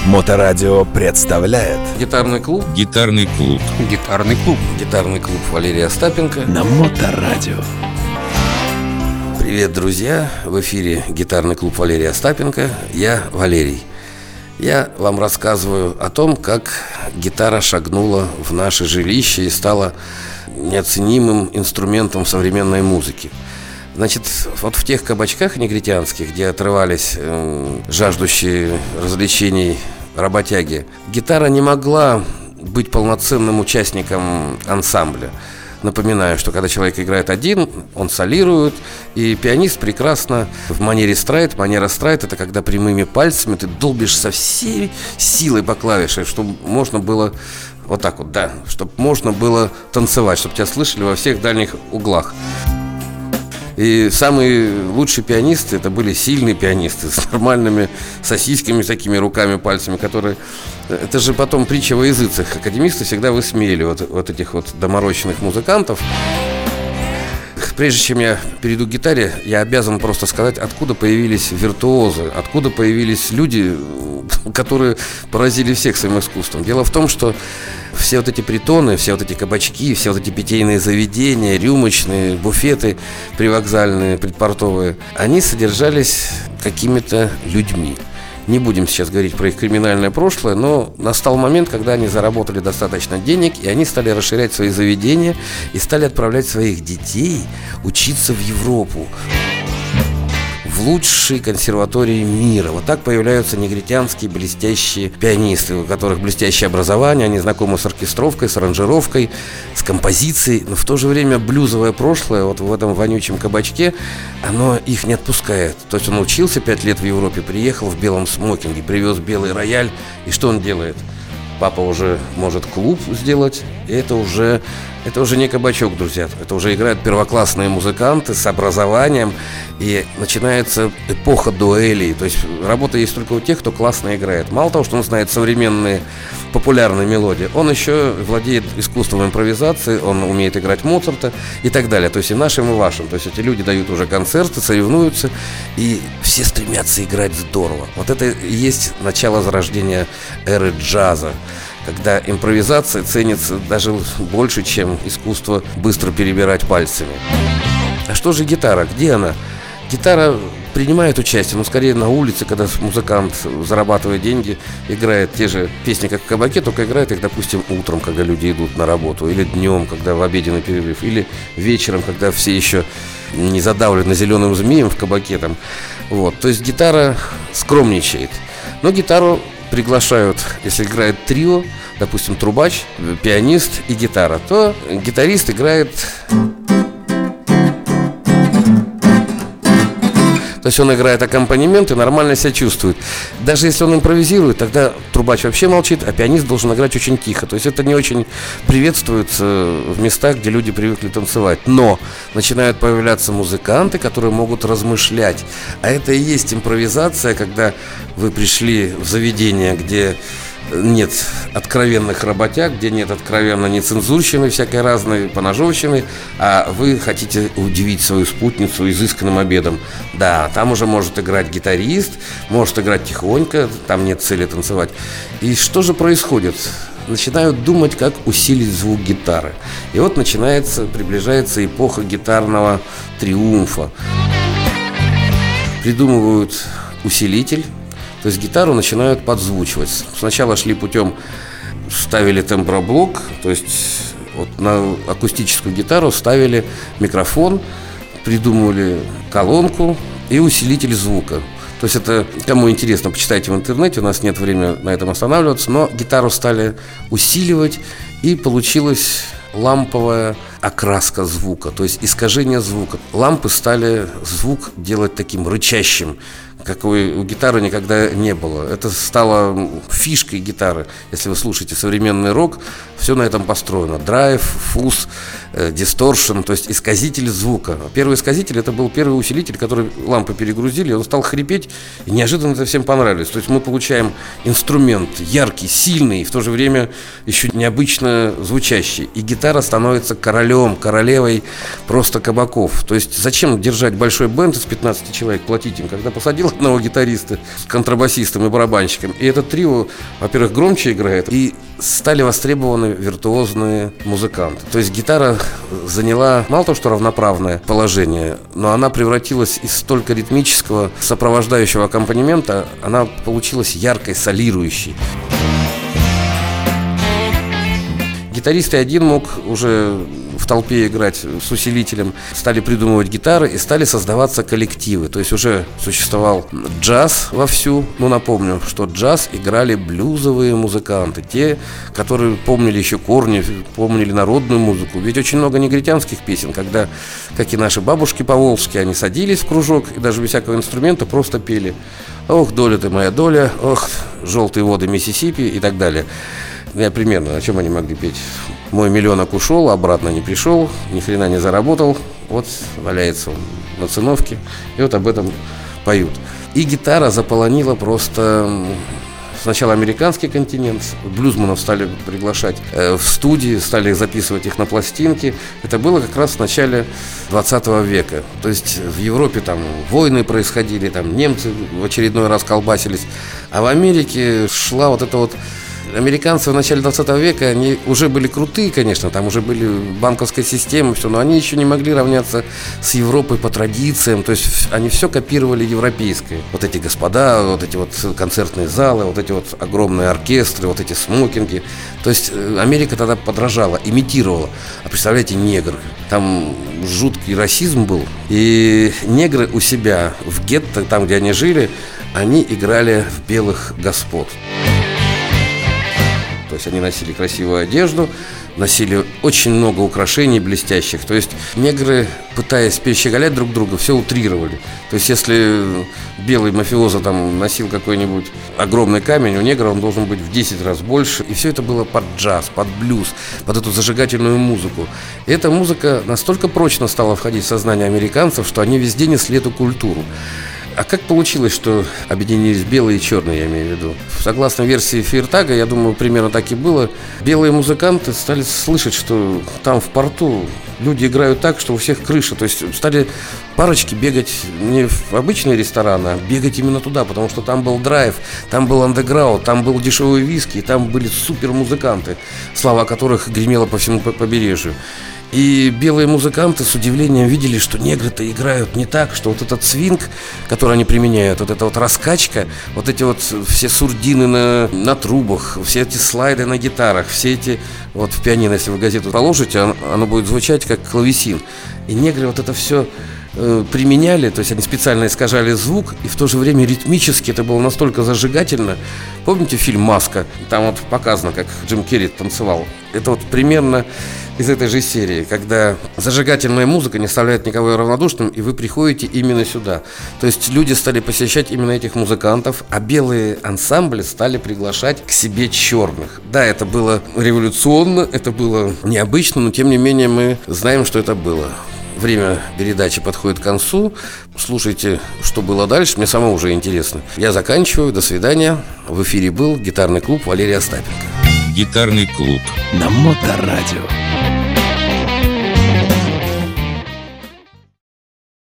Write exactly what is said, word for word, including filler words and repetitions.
Моторадио представляет Гитарный клуб. Гитарный клуб. Гитарный клуб. Гитарный клуб Валерия Остапенко на Моторадио. Привет, друзья! В эфире Гитарный клуб Валерия Остапенко. Я Валерий. Я вам рассказываю о том, как гитара шагнула в наше жилище и стала неоценимым инструментом современной музыки. Значит, вот в тех кабачках негритянских, где отрывались э, жаждущие развлечений работяги, гитара не могла быть полноценным участником ансамбля. Напоминаю, что когда человек играет один, он солирует, и пианист прекрасно в манере страйт. Манера страйт — это когда прямыми пальцами ты долбишь со всей силой по клавише, чтобы можно было вот так вот, да, чтобы можно было танцевать, чтобы тебя слышали во всех дальних углах. И самые лучшие пианисты — это были сильные пианисты с нормальными сосисками, с такими руками, пальцами, которые... Это же потом притча во языцах. Академисты всегда высмеяли вот, вот этих вот доморощенных музыкантов. Прежде чем я перейду к гитаре, я обязан просто сказать, откуда появились виртуозы, откуда появились люди, которые поразили всех своим искусством. Дело в том, что все вот эти притоны, все вот эти кабачки, все вот эти питейные заведения, рюмочные, буфеты привокзальные, предпортовые, они содержались какими-то людьми. Не будем сейчас говорить про их криминальное прошлое, но настал момент, когда они заработали достаточно денег, и они стали расширять свои заведения и стали отправлять своих детей учиться в Европу, в лучшие консерватории мира. Вот так появляются негритянские блестящие пианисты, у которых блестящее образование, они знакомы с оркестровкой, с аранжировкой, с композицией, но в то же время блюзовое прошлое вот в этом вонючем кабачке, оно их не отпускает. То есть он учился пять лет в Европе, приехал в белом смокинге, привез белый рояль, и что он делает? Папа уже может клуб сделать, и это уже, это уже не кабачок, друзья. Это уже играют первоклассные музыканты с образованием, и начинается эпоха дуэлей. То есть работа есть только у тех, кто классно играет. Мало того, что он знает современные популярные мелодии, он еще владеет искусством импровизации, он умеет играть Моцарта и так далее. То есть и нашим, и вашим. То есть эти люди дают уже концерты, соревнуются, и все стремятся играть здорово. Вот это и есть начало зарождения эры джаза, когда импровизация ценится даже больше, чем искусство быстро перебирать пальцами. А что же гитара? Где она? Гитара принимает участие, но скорее на улице, когда музыкант зарабатывает деньги, играет те же песни, как в кабаке, только играет их, допустим, утром, когда люди идут на работу, или днем, когда в обеденный перерыв, или вечером, когда все еще не задавлены зеленым змеем в кабаке там. Вот. То есть гитара скромничает. Но гитару приглашают, если играет трио, допустим, трубач, пианист и гитара, то гитарист играет... То есть он играет аккомпанемент и нормально себя чувствует. Даже если он импровизирует, тогда трубач вообще молчит, а пианист должен играть очень тихо. То есть это не очень приветствуется в местах, где люди привыкли танцевать. Но начинают появляться музыканты, которые могут размышлять. А это и есть импровизация, когда вы пришли в заведение, где нет откровенных работяг, где нет откровенно нецензурщины, всякой разной поножовщины, а вы хотите удивить свою спутницу изысканным обедом. Да, там уже может играть гитарист, может играть тихонько, там нет цели танцевать. И что же происходит? Начинают думать, как усилить звук гитары. И вот начинается, приближается эпоха гитарного триумфа. Придумывают усилитель. То есть гитару начинают подзвучивать. Сначала шли путем, ставили темброблок, то есть вот на акустическую гитару ставили микрофон, придумывали колонку и усилитель звука. То есть это, кому интересно, почитайте в интернете, у нас нет времени на этом останавливаться, но гитару стали усиливать, и получилась ламповая окраска звука, то есть искажение звука. Лампы стали звук делать таким рычащим, какой у гитары никогда не было. Это стало фишкой гитары. Если вы слушаете современный рок, все на этом построено. Драйв, фуз, э, дисторшн, то есть исказитель звука. Первый исказитель — это был первый усилитель, который лампы перегрузили, он стал хрипеть, и неожиданно это всем понравилось. То есть мы получаем инструмент яркий, сильный, и в то же время еще необычно звучащий. И гитара становится королем, королевой просто кабаков. То есть зачем держать большой бенд из пятнадцати человек, платить им, когда посадил опытного гитариста с контрабасистом и барабанщиком. И это трио, во-первых, громче играет, и стали востребованы виртуозные музыканты. То есть гитара заняла мало того, что равноправное положение, но она превратилась из столько ритмического сопровождающего аккомпанемента, она получилась яркой, солирующей. Гитарист и один мог уже в толпе играть с усилителем, стали придумывать гитары и стали создаваться коллективы. То есть уже существовал джаз вовсю. Ну, напомню, что джаз играли блюзовые музыканты, те, которые помнили еще корни, помнили народную музыку. Ведь очень много негритянских песен, когда, как и наши бабушки поволжские, они садились в кружок и даже без всякого инструмента просто пели: «Ох, доля ты моя доля», «Ох, желтые воды Миссисипи» и так далее. Я примерно, о чем они могли петь. «Мой миллионок ушел, обратно не пришел, ни хрена не заработал, вот валяется он на циновке». И вот об этом поют. И гитара заполонила просто сначала американский континент. Блюзманов стали приглашать в студии, стали записывать их на пластинки. Это было как раз в начале двадцатого века. То есть в Европе там войны происходили, там немцы в очередной раз колбасились. А в Америке шла вот эта вот... Американцы в начале двадцатого века, они уже были крутые, конечно, там уже были банковская система, все, но они еще не могли равняться с Европой по традициям, то есть они все копировали европейское. Вот эти господа, вот эти вот концертные залы, вот эти вот огромные оркестры, вот эти смокинги. То есть Америка тогда подражала, имитировала. А представляете, негр, там жуткий расизм был, и негры у себя в гетто, там, где они жили, они играли в белых господ. То есть они носили красивую одежду, носили очень много украшений блестящих. То есть негры, пытаясь перещеголять друг друга, все утрировали. То есть если белый мафиоза там носил какой-нибудь огромный камень, у негра он должен быть в десять раз больше. И все это было под джаз, под блюз, под эту зажигательную музыку. И эта музыка настолько прочно стала входить в сознание американцев, что они везде несли эту культуру. А как получилось, что объединились белые и черные, я имею в виду? Согласно версии Фейертага, я думаю, примерно так и было. Белые музыканты стали слышать, что там в порту люди играют так, что у всех крыша. То есть стали парочки бегать не в обычные рестораны, а бегать именно туда, потому что там был драйв, там был андеграунд, там был дешевый виски, и там были супермузыканты, слава которых гремела по всему побережью. И белые музыканты с удивлением видели, что негры-то играют не так, что вот этот свинг, который они применяют, вот эта вот раскачка, вот эти вот все сурдины на, на трубах, все эти слайды на гитарах, все эти, вот в пианино, если вы газету положите, оно, оно будет звучать как клавесин. И негры вот это все э, применяли, то есть они специально искажали звук, и в то же время ритмически это было настолько зажигательно. Помните фильм «Маска»? Там вот показано, как Джим Керри танцевал. Это вот примерно из этой же серии, когда зажигательная музыка не оставляет никого равнодушным, и вы приходите именно сюда. То есть люди стали посещать именно этих музыкантов, а белые ансамбли стали приглашать к себе черных. Да, это было революционно, это было необычно, но тем не менее мы знаем, что это было. Время передачи подходит к концу. Слушайте, что было дальше. Мне самому уже интересно. Я заканчиваю. До свидания. В эфире был гитарный клуб Валерия Остапенко. Гитарный клуб на Моторадио.